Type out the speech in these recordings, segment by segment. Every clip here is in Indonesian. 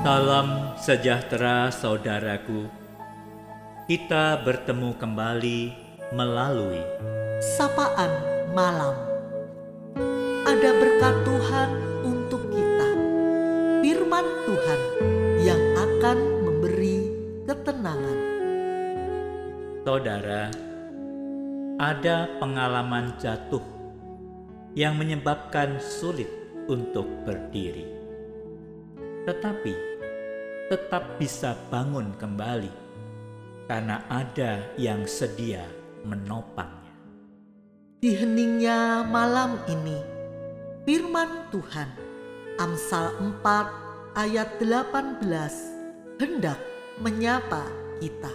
Salam sejahtera saudaraku. Kita bertemu kembali melalui Sapaan Malam. Ada berkat Tuhan untuk kita. Firman Tuhan yang akan memberi ketenangan. Saudara, ada pengalaman jatuh yang menyebabkan sulit untuk berdiri. Tetapi tetap bisa bangun kembali karena ada yang sedia menopangnya. Di heningnya malam ini, firman Tuhan Amsal 4 ayat 18 hendak menyapa kita.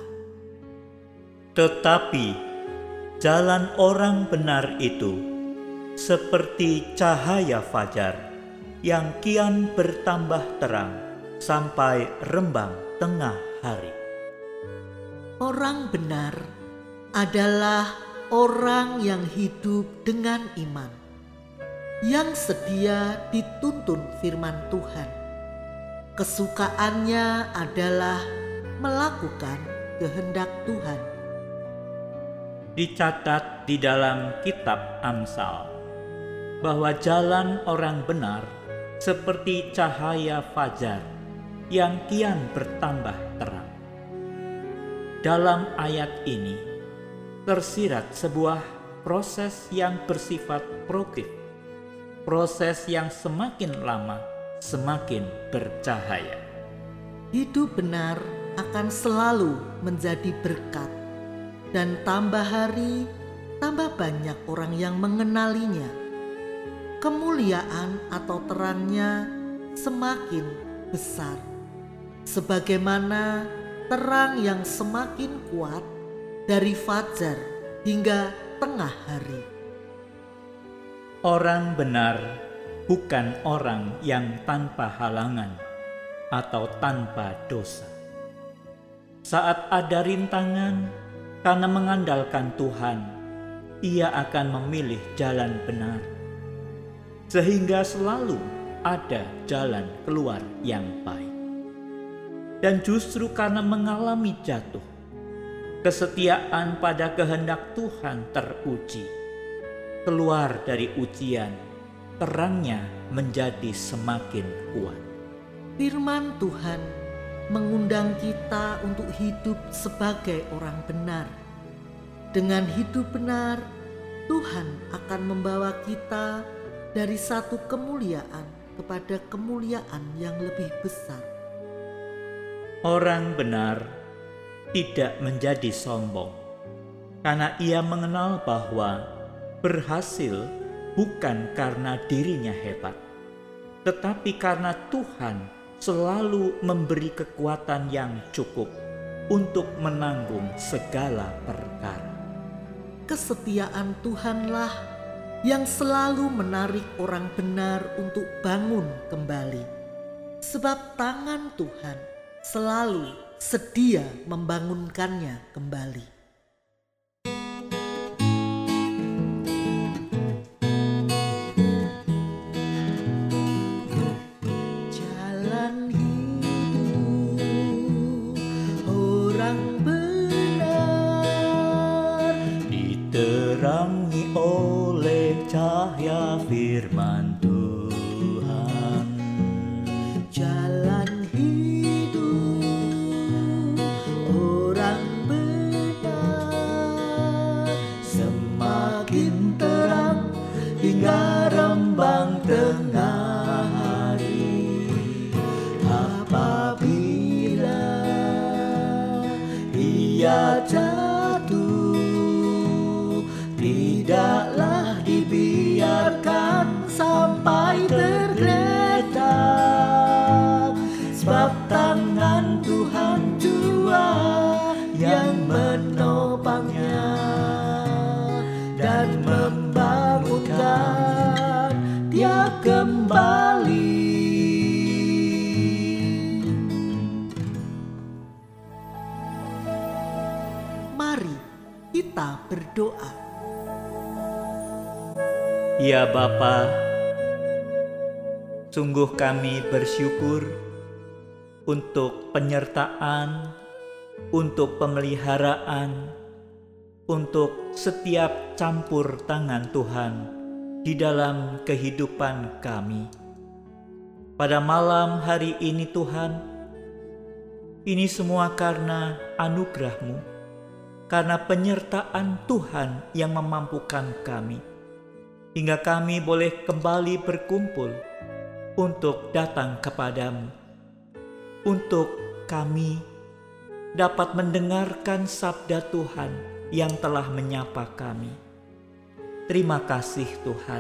Tetapi jalan orang benar itu seperti cahaya fajar yang kian bertambah terang sampai rembang tengah hari. Orang benar adalah orang yang hidup dengan iman, yang sedia dituntun firman Tuhan. Kesukaannya adalah melakukan kehendak Tuhan. Dicatat di dalam kitab Amsal bahwa jalan orang benar seperti cahaya fajar yang kian bertambah terang. Dalam ayat ini tersirat sebuah proses yang bersifat produktif, proses yang semakin lama semakin bercahaya. Hidup benar akan selalu menjadi berkat, dan tambah hari tambah banyak orang yang mengenalinya. Kemuliaan atau terangnya semakin besar, sebagaimana terang yang semakin kuat dari fajar hingga tengah hari. Orang benar bukan orang yang tanpa halangan atau tanpa dosa. Saat ada rintangan, karena mengandalkan Tuhan, ia akan memilih jalan benar, sehingga selalu ada jalan keluar yang baik. Dan justru karena mengalami jatuh, kesetiaan pada kehendak Tuhan teruji. Keluar dari ujian, terangnya menjadi semakin kuat. Firman Tuhan mengundang kita untuk hidup sebagai orang benar. Dengan hidup benar, Tuhan akan membawa kita dari satu kemuliaan kepada kemuliaan yang lebih besar. Orang benar tidak menjadi sombong karena ia mengenal bahwa berhasil bukan karena dirinya hebat, tetapi karena Tuhan selalu memberi kekuatan yang cukup untuk menanggung segala perkara. Kesetiaan Tuhanlah yang selalu menarik orang benar untuk bangun kembali, sebab tangan Tuhan selalu sedia membangunkannya kembali. Jalan hidup orang benar Diterangi oleh cahaya firman Tuhan. Jalan hidup orang benar semakin terang hingga rembang tengah hari. Apabila ia jatuh, tidaklah dibiarkan sampai tergeletak, sebab tangan Tuhan jua yang menopangnya dan membangunkan dia kembali. Mari kita berdoa. Ya Bapa, sungguh kami bersyukur untuk penyertaan, untuk pemeliharaan, untuk setiap campur tangan Tuhan di dalam kehidupan kami. Pada malam hari ini Tuhan, ini semua karena anugerah-Mu, karena penyertaan Tuhan yang memampukan kami, hingga kami boleh kembali berkumpul untuk datang kepadamu, untuk kami dapat mendengarkan sabda Tuhan yang telah menyapa kami. Terima kasih Tuhan.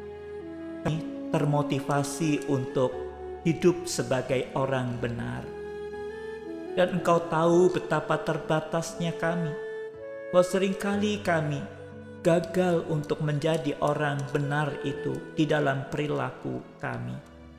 Kami termotivasi untuk hidup sebagai orang benar. Dan Engkau tahu betapa terbatasnya kami, bahwa seringkali kami gagal untuk menjadi orang benar itu di dalam perilaku kami.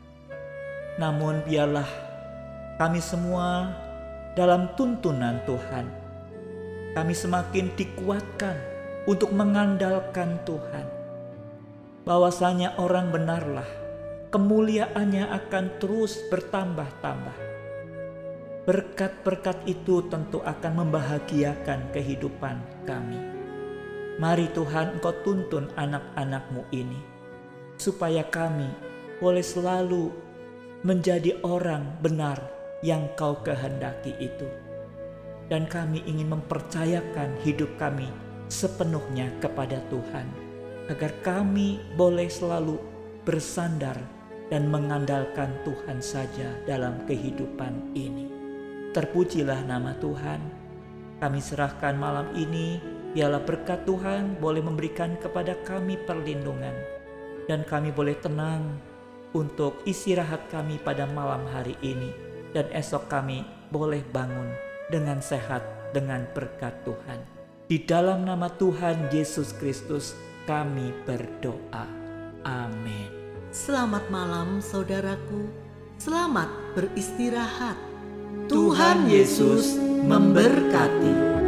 Namun biarlah kami semua dalam tuntunan Tuhan, kami semakin dikuatkan untuk mengandalkan Tuhan. Bahwasanya orang benarlah, kemuliaannya akan terus bertambah-tambah. Berkat-berkat itu tentu akan membahagiakan kehidupan kami. Mari Tuhan, Engkau tuntun anak-anak-Mu ini, supaya kami boleh selalu menjadi orang benar yang Kau kehendaki itu. Dan kami ingin mempercayakan hidup kami sepenuhnya kepada Tuhan, agar kami boleh selalu bersandar dan mengandalkan Tuhan saja dalam kehidupan ini. Terpujilah nama Tuhan. Kami serahkan malam ini, biarlah berkat Tuhan boleh memberikan kepada kami perlindungan, dan kami boleh tenang untuk istirahat kami pada malam hari ini, dan esok kami boleh bangun dengan sehat dengan berkat Tuhan. Di dalam nama Tuhan Yesus Kristus kami berdoa. Amin. Selamat malam saudaraku, selamat beristirahat. Tuhan Yesus memberkati.